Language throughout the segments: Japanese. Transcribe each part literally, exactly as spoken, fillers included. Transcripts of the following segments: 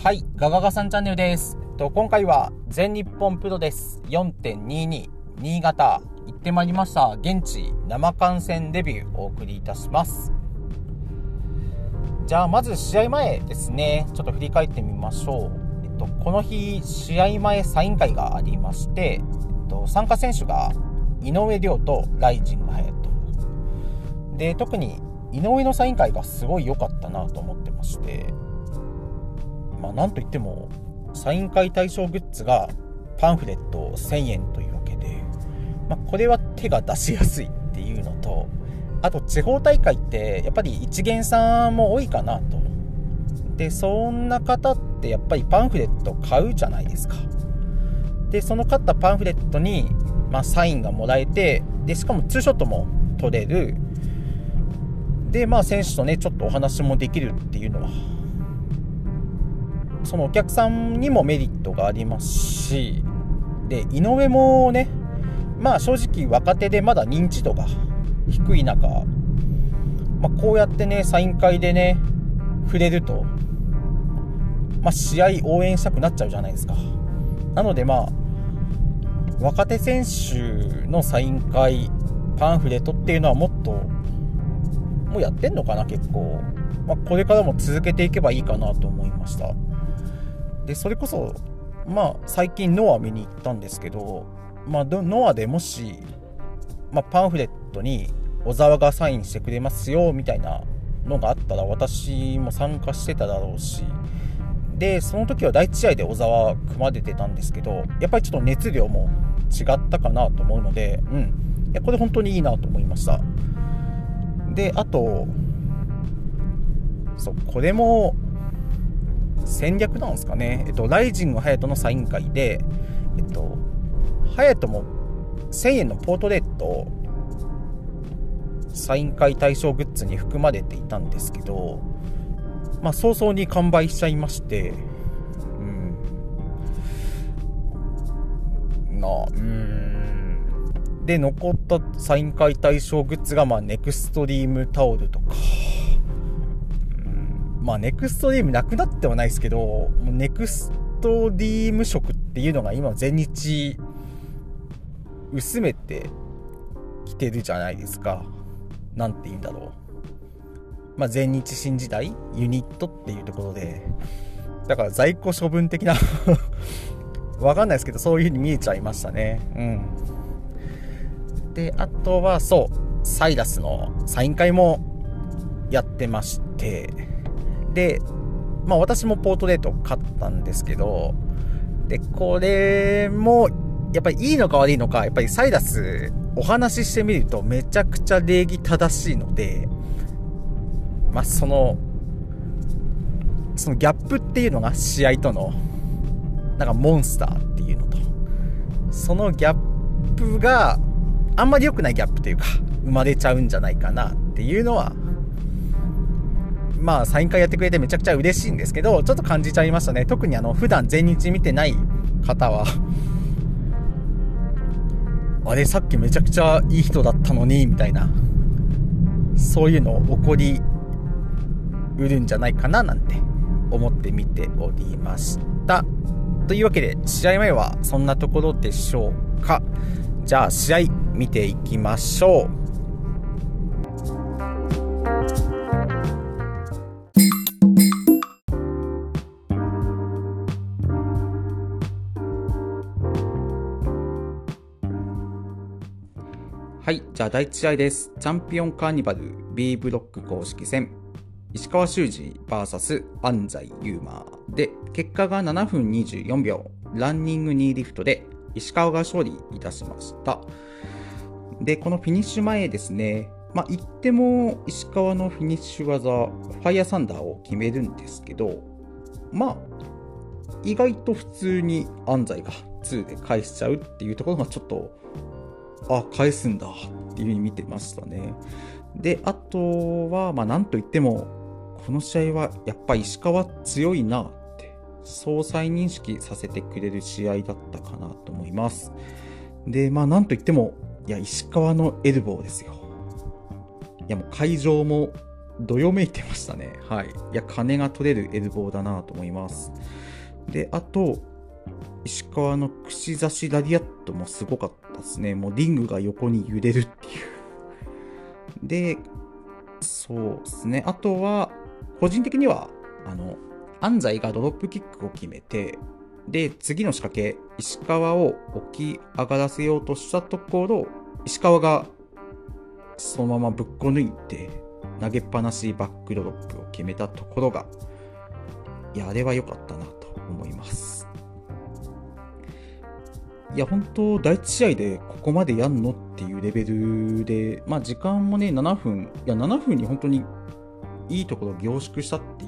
はい、ガガガさんチャンネルです。と今回は全日本プロレス よんてんにじゅうに 新潟行ってまいりました。現地生観戦レビューをお送りいたします。じゃあまず試合前ですね、ちょっと振り返ってみましょう。えっと、この日試合前サイン会がありまして、えっと、参加選手が井上涼とライジング隼人で、特に井上のサイン会がすごい良かったなと思ってまして、まあ、なんといってもサイン会対象グッズがパンフレットせんえんというわけで、まあ、これは手が出しやすいっていうのと、あと地方大会ってやっぱり一元さんも多いかなと。でそんな方ってやっぱりパンフレット買うじゃないですか。でその買ったパンフレットに、まあ、サインがもらえて、でしかもツーショットも撮れる。でまあ選手とねちょっとお話もできるっていうのは、そのお客さんにもメリットがありますし、で井上もね、まあ正直若手でまだ認知度が低い中、まあ、こうやってねサイン会でね触れると、まあ、試合応援したくなっちゃうじゃないですか。なのでまあ若手選手のサイン会パンフレットっていうのはもっともうやってんのかな結構、まあ、これからも続けていけばいいかなと思いました。でそれこそまあ最近ノア見に行ったんですけど、まあノアでもし、まあ、パンフレットに小沢がサインしてくれますよみたいなのがあったら私も参加してただろうし、でその時は第一試合で小沢組まれてたんですけど、やっぱりちょっと熱量も違ったかなと思うので、うん、いやこれ本当にいいなと思いました。であとそうこれも戦略なんですかね。えっとライジング隼人のサイン会で、えっと隼人もせんえんのポートレートをサイン会対象グッズに含まれていたんですけど、まあ早々に完売しちゃいまして、うんなうんで残ったサイン会対象グッズがまあネクストリームタオルとか、まあネクストリームなくなってはないですけど、もうネクストリーム色っていうのが今全日薄めてきてるじゃないですか。なんて言うんだろう、まあ全日新時代ユニットっていうところで、だから在庫処分的なわかんないですけど、そういう風に見えちゃいましたね。うんであとはそうサイラスのサイン会もやってまして、で、まあ、私もポートレート買ったんですけど、でこれもやっぱりいいのか悪いのか、やっぱりサイラスお話ししてみるとめちゃくちゃ礼儀正しいので、まあ、そのそのギャップっていうのが試合とのなんかモンスターっていうのと、そのギャップがあんまり良くないギャップというか生まれちゃうんじゃないかなっていうのは、まあサイン会やってくれてめちゃくちゃ嬉しいんですけど、ちょっと感じちゃいましたね。特にあの普段全日見てない方はあれさっきめちゃくちゃいい人だったのにみたいな、そういうの起こりうるんじゃないかななんて思って見ておりました。というわけで試合前はそんなところでしょうか。じゃあ試合見ていきましょう。はい、じゃあだいいち試合です。チャンピオンカーニバル B ブロック公式戦、石川修司 ブイエス 安西優真で、結果がななふんにじゅうよんびょう、ランニングにリフトで石川が勝利いたしました。でこのフィニッシュ前ですね、まあ言っても石川のフィニッシュ技ファイヤーサンダーを決めるんですけど、まあ意外と普通に安西がにで返しちゃうっていうところがちょっと、あ、返すんだっていう風に見てましたね。であとはまあなんといってもこの試合はやっぱ石川強いなってそう再認識させてくれる試合だったかなと思います。でまあなんといってもいや石川のエルボーですよ。いやもう会場もどよめいてましたね。はい。いや、金が取れるエルボーだなと思います。で、あと、石川の串刺しラリアットもすごかったですね。もうリングが横に揺れるっていう。で、そうですね。あとは、個人的には、あの、安西がドロップキックを決めて、で、次の仕掛け、石川を起き上がらせようとしたところ、石川がそのままぶっこ抜いて、投げっぱなしバックドロップを決めたところが、いや、あれは良かったなと思います。いや、本当第一試合でここまでやんのっていうレベルで、まあ時間もね、ななふん、いや、ななふんに本当にいいところを凝縮したっていう。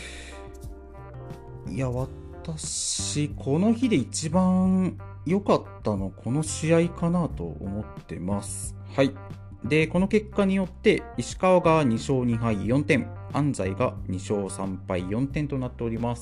いや、私、この日で一番良かったの、この試合かなと思ってます。はい。で、この結果によって、石川がにしょうにはいよんてん、安西がにしょうさんぱいよんてんとなっております。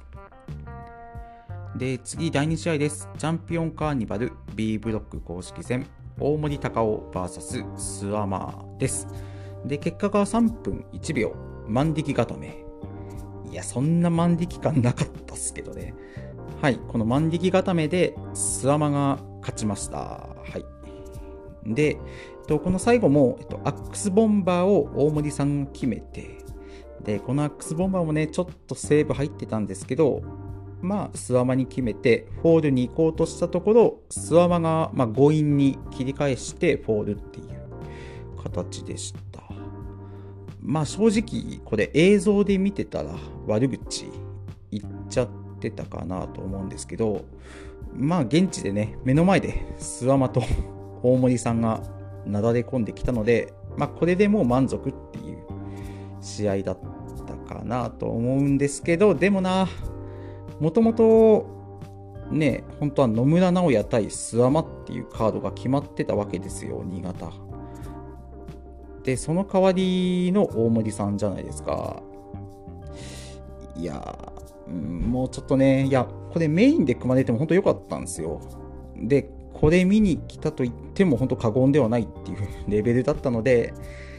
で、次、だいに試合です。チャンピオンカーニバル B ブロック公式戦、大森隆夫 ブイエス スワマーです。で、結果がさんぷんいちびょう、万力固め。いや、そんな万力感なかったっすけどね。はい、この万力固めで、スワマが勝ちました。はい。で、えっと、この最後も、えっと、アックスボンバーを大森さんが決めて、で、このアックスボンバーもね、ちょっとセーブ入ってたんですけど、まあ、スワマに決めて、フォールに行こうとしたところ、スワマが、まあ、強引に切り返して、フォールっていう形でした。まあ、正直、これ映像で見てたら悪口言っちゃってたかなと思うんですけど、まあ、現地でね、目の前でスワマと大森さんがなだれ込んできたので、まあ、これでもう満足っていう試合だったかなと思うんですけど、でもな、もともとね、本当は野村直哉対スワマっていうカードが決まってたわけですよ、新潟。で、その代わりの大森さんじゃないですか。いや、うん、もうちょっとね、いや、これメインで組まれても本当良かったんですよ。で、これ見に来たと言っても本当過言ではないっていうレベルだったので、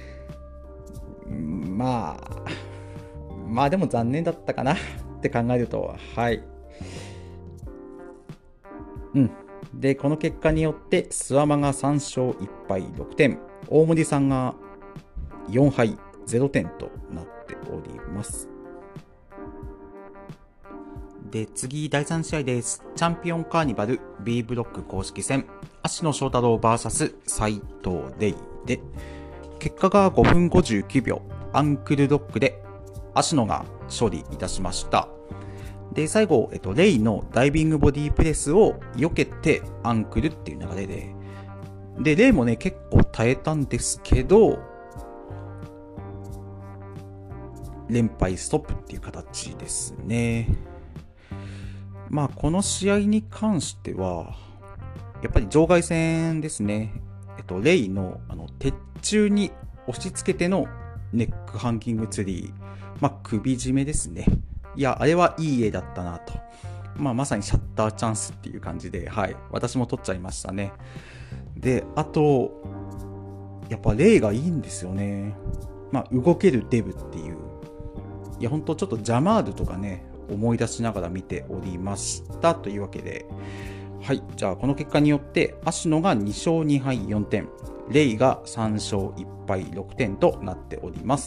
まあ、まあでも残念だったかなって考えると、はい。うん。で、この結果によって、スワマがさんしょういっぱいろくてん、大森さんがよんはいゼロてんとなっております。で、次、だいさん試合です。チャンピオンカーニバル B ブロック公式戦、芦野翔太郎 ブイエス 斉藤レイで、結果がごふんごじゅうきゅうびょう、アンクルロックで、芦野が勝利いたしました。で、最後、えっと、レイのダイビングボディプレスを避けてアンクルっていう流れで、で、レイもね、結構耐えたんですけど、連敗ストップっていう形ですね。まあ、この試合に関しては、やっぱり場外戦ですね。えっと、レイの、あの、鉄柱に押し付けてのネックハンギングツリー。まあ、首絞めですね。いや、あれはいい絵だったなと。まあ、まさにシャッターチャンスっていう感じで、はい。私も撮っちゃいましたね。で、あと、やっぱレイがいいんですよね。まあ、動けるデブっていう。いや、ほんとちょっとジャマールとかね、思い出しながら見ておりましたというわけで、はい。じゃあ、この結果によって、芦野がにしょうにはいよんてん、レイがさんしょういっぱいろくてんとなっております。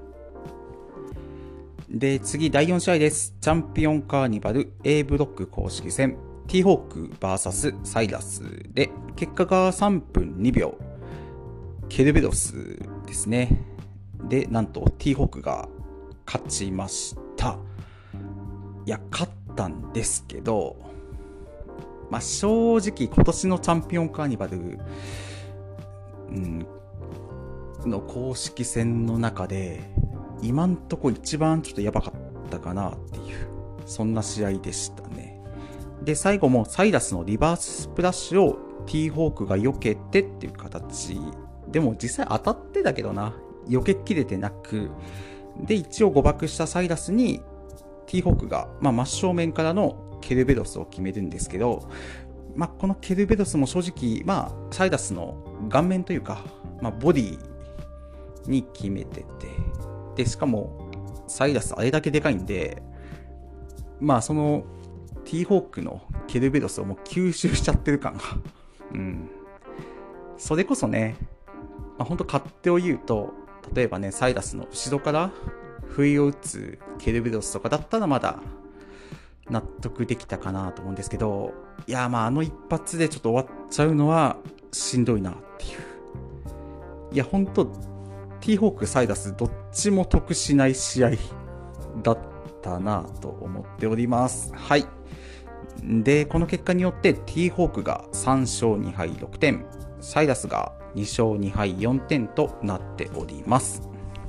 で、次、だいよん試合です。チャンピオンカーニバル A ブロック公式戦、ティーホーク ブイエス サイラスで、結果がさんぷんにびょう、ケルベロスですね。で、なんと ティーホークが勝ちました。いや、勝ったんですけど、まあ、正直今年のチャンピオンカーニバル、うん、の公式戦の中で、今んとこ一番ちょっとやばかったかなっていう、そんな試合でしたね。で、最後もサイラスのリバーススプラッシュを T ホークが避けてっていう形。でも実際当たってだけどな、避けきれてなく、で、一応誤爆したサイラスに T ホークが、まあ、真正面からのケルベロスを決めるんですけど、まあ、このケルベロスも正直、まあ、サイラスの顔面というか、まあ、ボディに決めてて、で、しかも、サイダスあれだけでかいんで、まあその、ティーホークのケルベロスをもう吸収しちゃってる感が。うん。それこそね、まあ、ほんと勝手を言うと、例えばね、サイダスの後ろから不意を打つケルベロスとかだったらまだ納得できたかなと思うんですけど、いやまああの一発でちょっと終わっちゃうのはしんどいなっていう。いやほんと、ティーホーク、サイダスどっちも得しない試合だったなと思っております。はい。で、この結果によってティーホークがさん勝に敗ろくてん、サイダスがに勝に敗よんてんとなっております。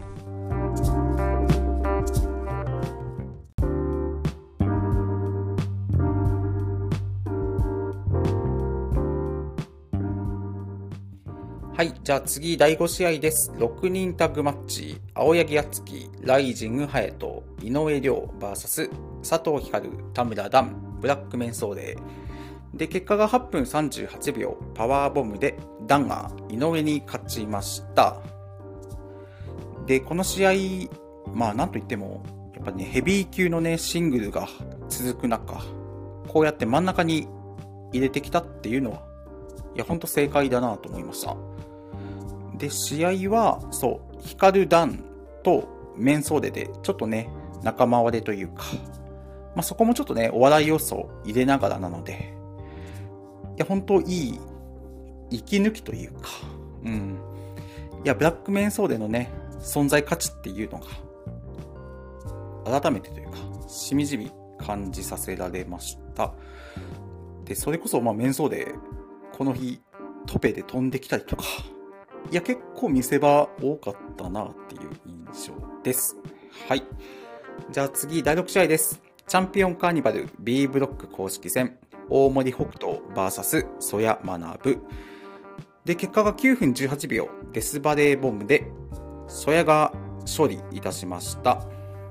はい、じゃあ次だいご試合です。ろくにんタッグマッチ、青柳敦樹、ライジング隼人、井上涼 ブイエス 佐藤光、田村段、ブラックメンソーレー。で、結果がはっぷんさんじゅうはちびょう、パワーボムでダンが井上に勝ちました。で、この試合、まあなんといっても、やっぱね、ヘビー級のね、シングルが続く中、こうやって真ん中に入れてきたっていうのは、いや、ほんと正解だなと思いました。で、試合は、そう、ヒカルダンとメンソーレで、ちょっとね、仲間割れというか、まあそこもちょっとね、お笑い要素を入れながらなので、いや、本当いい、息抜きというか、うん。いや、ブラックメンソーレのね、存在価値っていうのが、改めてというか、しみじみ感じさせられました。で、それこそ、まあ、メンソーレ、この日、トペで飛んできたりとか、いや、結構見せ場多かったなっていう印象です。はい。じゃあ次、だいろく試合です。チャンピオンカーニバル B ブロック公式戦。大森北斗 ブイエス 曽谷学。で、結果がきゅうふんじゅうはちびょう、デスバレーボムで、曽谷が勝利いたしました。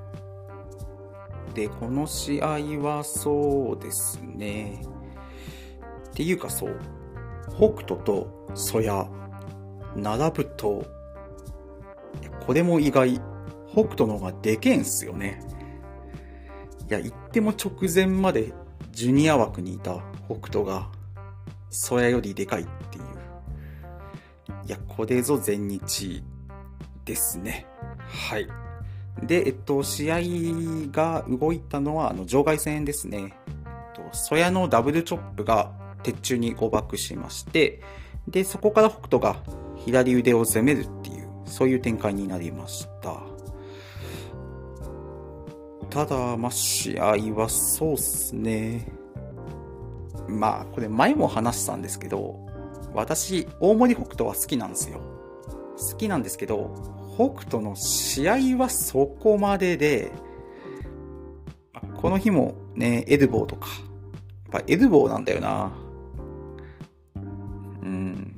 で、この試合はそうですね。っていうかそう、北斗と曽谷、並ぶと、これも意外、北斗の方がでけえんすよね。いや、言っても直前までジュニア枠にいた北斗が、曽谷よりでかいっていう。いや、これぞ全日ですね。はい。で、えっと、試合が動いたのは、あの、場外戦ですね。えっと、曽谷のダブルチョップが鉄柱に誤爆しまして、で、そこから北斗が左腕を攻めるっていう、そういう展開になりました。ただ、まあ、試合はそうっすね。まあ、これ前も話したんですけど、私、大森北斗は好きなんですよ。好きなんですけど、北斗の試合はそこまでで、この日もね、エルボーとか、やっぱエルボーなんだよな。うん。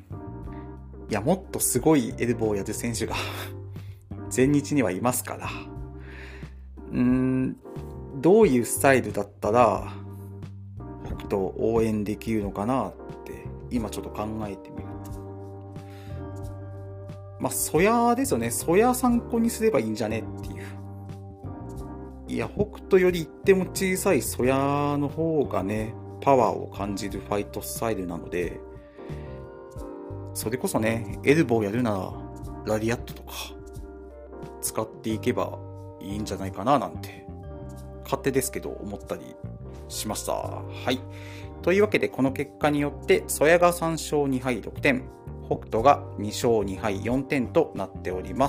いや、もっとすごいエルボーをやる選手が全日にはいますから。うーん、どういうスタイルだったら北斗を応援できるのかなって今ちょっと考えてみると、まあ曽谷ですよね。曽谷参考にすればいいんじゃねっていう。いや、北斗より言っても小さい曽谷の方がね、パワーを感じるファイトスタイルなので、それこそね、エルボーやるならラリアットとか使っていけばいいんじゃないかななんて勝手ですけど思ったりしました。はい。というわけでこの結果によって曽谷がさん勝に敗ろくてん、北斗がに勝に敗よんてんとなっております。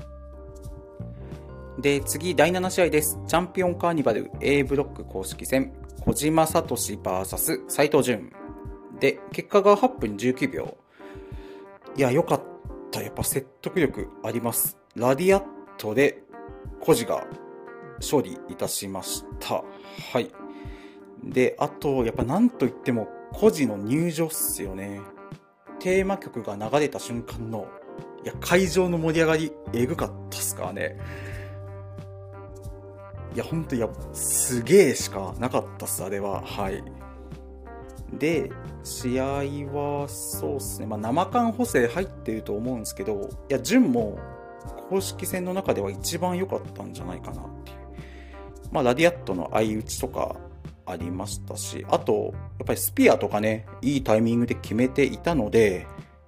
で、次だいなな試合です。チャンピオンカーニバル A ブロック公式戦、小島聡 ブイエス 斉藤潤。で、結果がはっぷんじゅうきゅうびょう。いや、よかった。やっぱ説得力あります。ラディアットでコジが勝利いたしました。はい。で、あと、やっぱなんといってもコジの入場っすよね。テーマ曲が流れた瞬間の、いや、会場の盛り上がり、えぐかったっすからね。いや、ほんと、いや、すげえしかなかったっす、あれは。はい。で、試合は、そうっすね。まあ、生感補正入ってると思うんですけど、いや、順も公式戦の中では一番良かったんじゃないかなっていう。まあ、ラディアットの相打ちとかありましたし、あと、やっぱりスピアとかね、いいタイミングで決めていたので、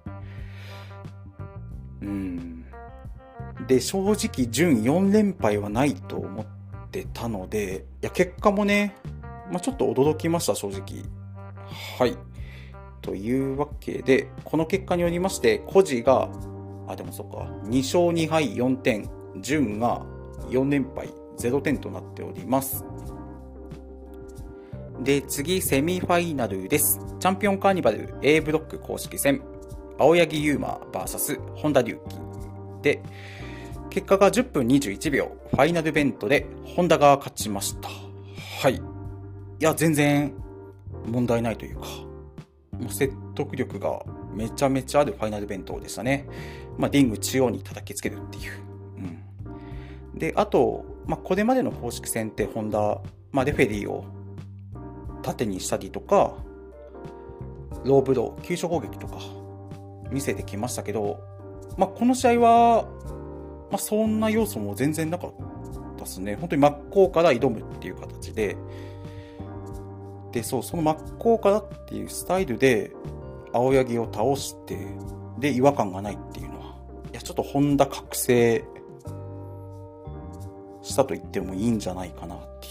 うん。で、正直、準よん連敗はないと思ってたので、いや、結果もね、まあ、ちょっと驚きました、正直。はい。というわけで、この結果によりまして、コジが、あ、でもそっか、に勝に敗よんてん、準がよん連敗ゼロてんとなっております。で、次、セミファイナルです。チャンピオンカーニバル A ブロック公式戦、青柳優馬 ブイエス 本田隆起で、結果がじゅっぷんにじゅういちびょう、ファイナルベントで本田が勝ちました。はい。いや、全然問題ないというか、もう説得力がめちゃめちゃあるファイナルベントでしたね。まあ、リング中央に叩きつけるっていう。うん、で、あと、まあ、これまでの公式戦って本田、まあ、レフェリーを縦にしたりとか、ローブロー、急所攻撃とか見せてきましたけど、まあ、この試合は、まあ、そんな要素も全然なかったですね。本当に真っ向から挑むっていう形で、で、そう、その真っ向からっていうスタイルで、青柳を倒して、で、違和感がないっていうのは、いや、ちょっと本田覚醒したと言ってもいいんじゃないかなっていう。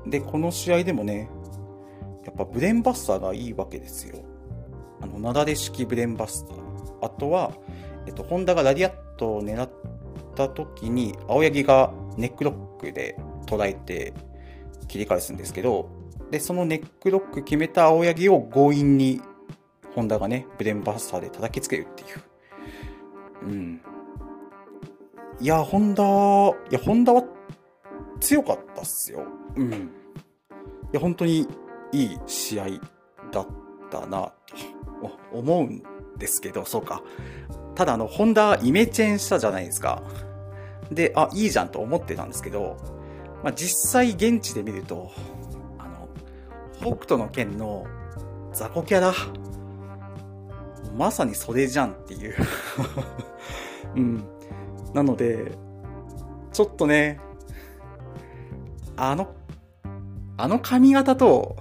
で、この試合でもね、やっぱブレーンバスターがいいわけですよ。あの、なだれ式ブレーンバスター。あとは、えっと、本田がラディアットを狙った時に、青柳がネックロックで捉えて切り返すんですけど、で、そのネックロック決めた青柳を強引に、本田がね、ブレーンバスターで叩きつけるっていう。うん。いや、本田、いや、本田は強かったっすよ。うん。いや、本当にいい試合だったな、と思うんですけど、そうか。ただ、あの、本田イメチェンしたじゃないですか。で、あ、いいじゃんと思ってたんですけど、まあ、実際現地で見ると、あの、北斗の拳の雑魚キャラ、まさにそれじゃんっていう。うん。なので、ちょっとね、あの、あの髪型と、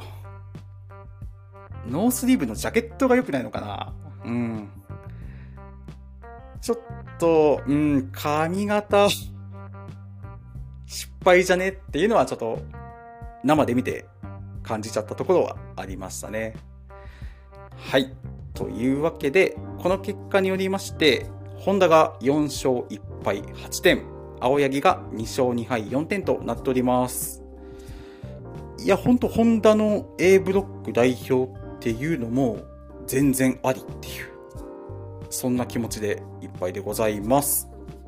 ノースリーブのジャケットが良くないのかな。うん。ちょっと、うん、髪型、失敗じゃねっていうのはちょっと、生で見て感じちゃったところはありましたね。はい。というわけで、この結果によりまして、本田がよん勝いち敗はちてん、青柳がに勝に敗よんてんとなっております。いや、ほんと、本田の A ブロック代表っていうのも全然ありっていう、そんな気持ちでいっぱいでございます。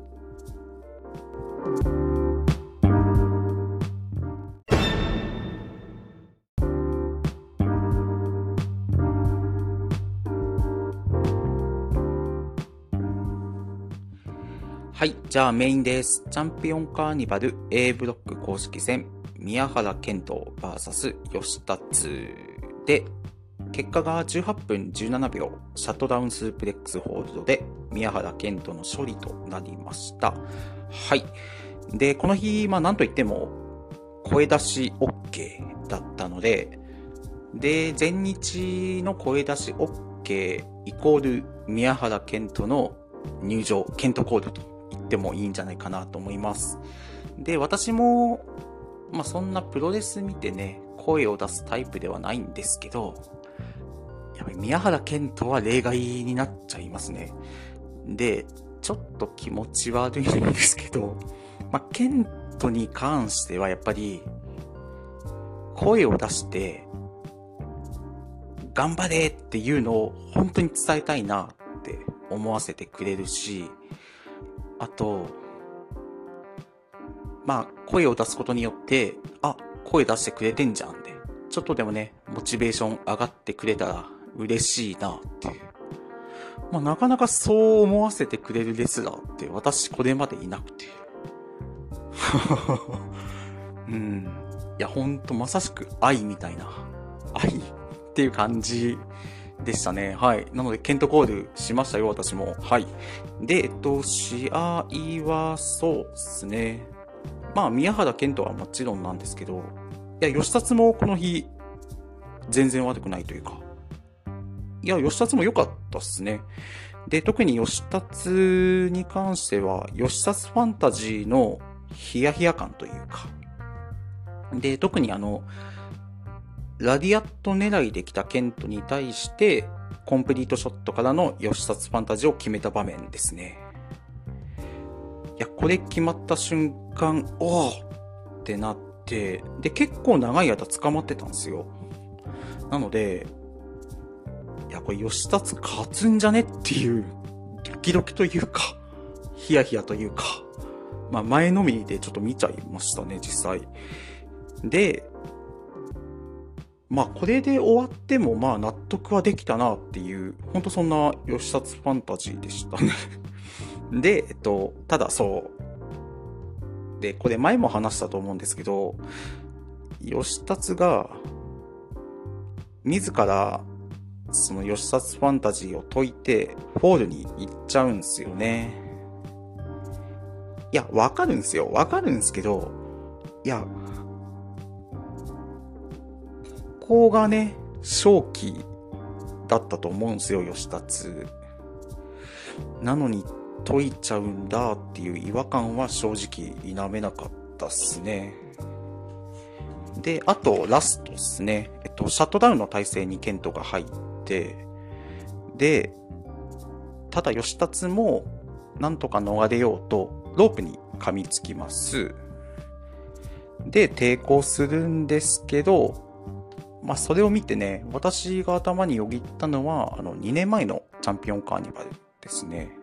はい、じゃあメインです。チャンピオンカーニバル A ブロック公式戦、宮原健人 ブイエス 吉達で、結果がじゅうはっぷんじゅうななびょう、シャットダウンスープレックスホールドで宮原健人の勝利となりました。はい。で、この日、まあなんといっても声出し OK だったので、で、前日の声出し OK イコール宮原健人の入場、ケントコールと言ってもいいんじゃないかなと思います。で、私も、まあそんなプロレス見てね、声を出すタイプではないんですけど、やっぱり宮原健人は例外になっちゃいますね。で、ちょっと気持ち悪いんですけど、まあ健人に関してはやっぱり、声を出して、頑張れっていうのを本当に伝えたいなって思わせてくれるし、あと、まあ、声を出すことによって、あ、声出してくれてんじゃんで、ちょっとでもね、モチベーション上がってくれたら嬉しいなっていう。まあ、なかなかそう思わせてくれるレスラーって私これまでいなくて。うん。いや、ほんとまさしく愛みたいな。愛っていう感じでしたね。はい。なので、ケントコールしましたよ、私も。はい。で、えっと、試合は、そうですね。まあ、宮原健人はもちろんなんですけど、いや、吉達もこの日、全然悪くないというか。いや、吉達も良かったっすね。で、特に吉達に関しては、吉達ファンタジーのヒヤヒヤ感というか。で、特にあの、ラディアット狙いで来たケントに対して、コンプリートショットからの吉達ファンタジーを決めた場面ですね。いや、これ決まった瞬間、おーってなって、で、結構長い間捕まってたんですよ。なので、いや、これ吉達勝つんじゃねっていう、ドキドキというか、ヒヤヒヤというか、まあ前のみでちょっと見ちゃいましたね、実際。で、まあこれで終わってもまあ納得はできたなっていう、ほんとそんな吉達ファンタジーでしたね。で、えっと、ただそう。で、これ前も話したと思うんですけど、吉達が、自ら、その吉達ファンタジーを解いて、フォールに行っちゃうんすよね。いや、わかるんすよ。わかるんすけど、いや、ここがね、正気だったと思うんすよ、吉達。なのに、解いちゃうんだっていう違和感は正直否めなかったっすね。で、あと、ラストっすね。えっと、シャットダウンの体制にケントが入って、で、ただ吉達も、なんとか逃れようと、ロープに噛みつきます。で、抵抗するんですけど、まあ、それを見てね、私が頭によぎったのは、あの、にねんまえのチャンピオンカーニバルですね。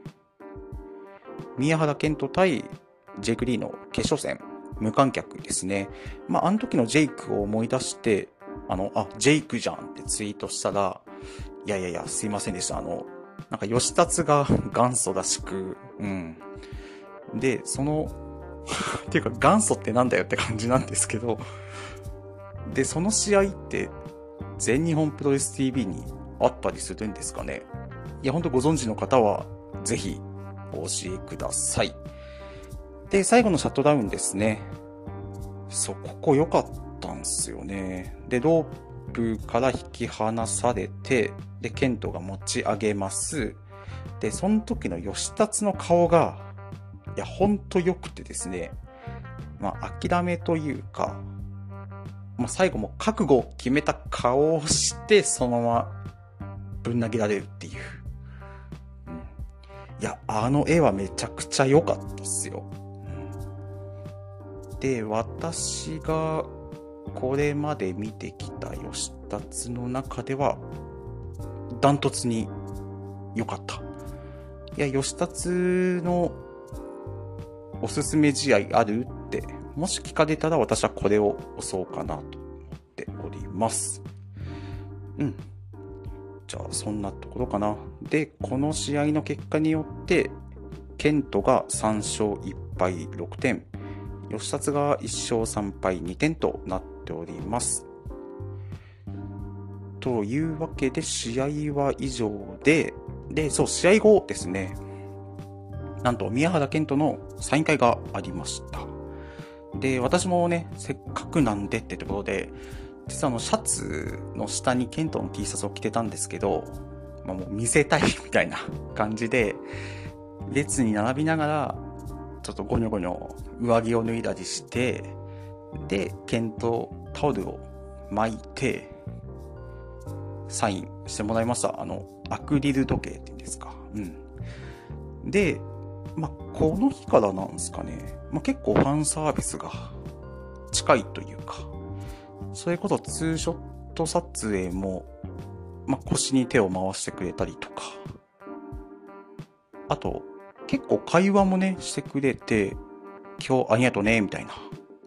宮原健人対ジェイク・リーの決勝戦、無観客ですね。まあ、あの時のジェイクを思い出して、あの、あ、ジェイクじゃんってツイートしたら、いやいやいや、すいませんでした。あの、なんか吉達が元祖らしく、うん。で、その、っていうか元祖ってなんだよって感じなんですけど、で、その試合って、全日本プロレス ティーブイ にあったりするんですかね。いや、ほんとご存知の方は、ぜひ、お教えください。で、最後のシャットダウンですね。そう、ここ良かったんすよね。で、ロープから引き離されて、で、ケントが持ち上げます。で、その時の吉達の顔が、いや、ほんと良くてですね。まあ、諦めというか、まあ、最後も覚悟を決めた顔をして、そのままぶん投げられるっていう。うん、いや、あの絵はめちゃくちゃ良かったっすよ。うん、で、私がこれまで見てきた吉達の中では、ダントツに良かった。いや、吉達のおすすめ試合あるって、もし聞かれたら私はこれを押そうかなと思っております。うん。じゃあそんなところかな。で、この試合の結果によって、ケントがさんしょういっぱいろくてん、吉達がいっしょうさんぱいにてんとなっております。というわけで試合は以上で、で、そう、試合後ですね。なんと宮原健人のサイン会がありました。で、私もね、せっかくなんでってところで、実はあのシャツの下にケントの T シャツを着てたんですけど、まあ、もう見せたいみたいな感じで、列に並びながら、ちょっとゴニョゴニョ上着を脱いだりして、で、ケントタオルを巻いて、サインしてもらいました。あの、アクリル時計っていうんですか。うん。で、まあ、この日からなんですかね。まあ、結構ファンサービスが近いというか、それこそツーショット撮影も、まあ、腰に手を回してくれたりとか、あと、結構会話もね、してくれて、今日ありがとうね、みたいな。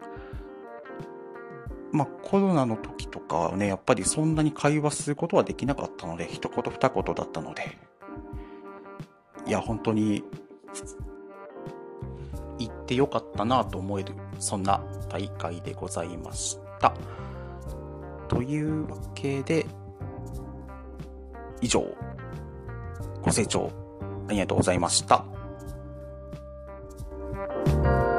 まあ、コロナの時とかね、やっぱりそんなに会話することはできなかったので、一言二言だったので、いや、本当に、行ってよかったなと思える、そんな大会でございました。というわけで、 以上、ご清聴ありがとうございました。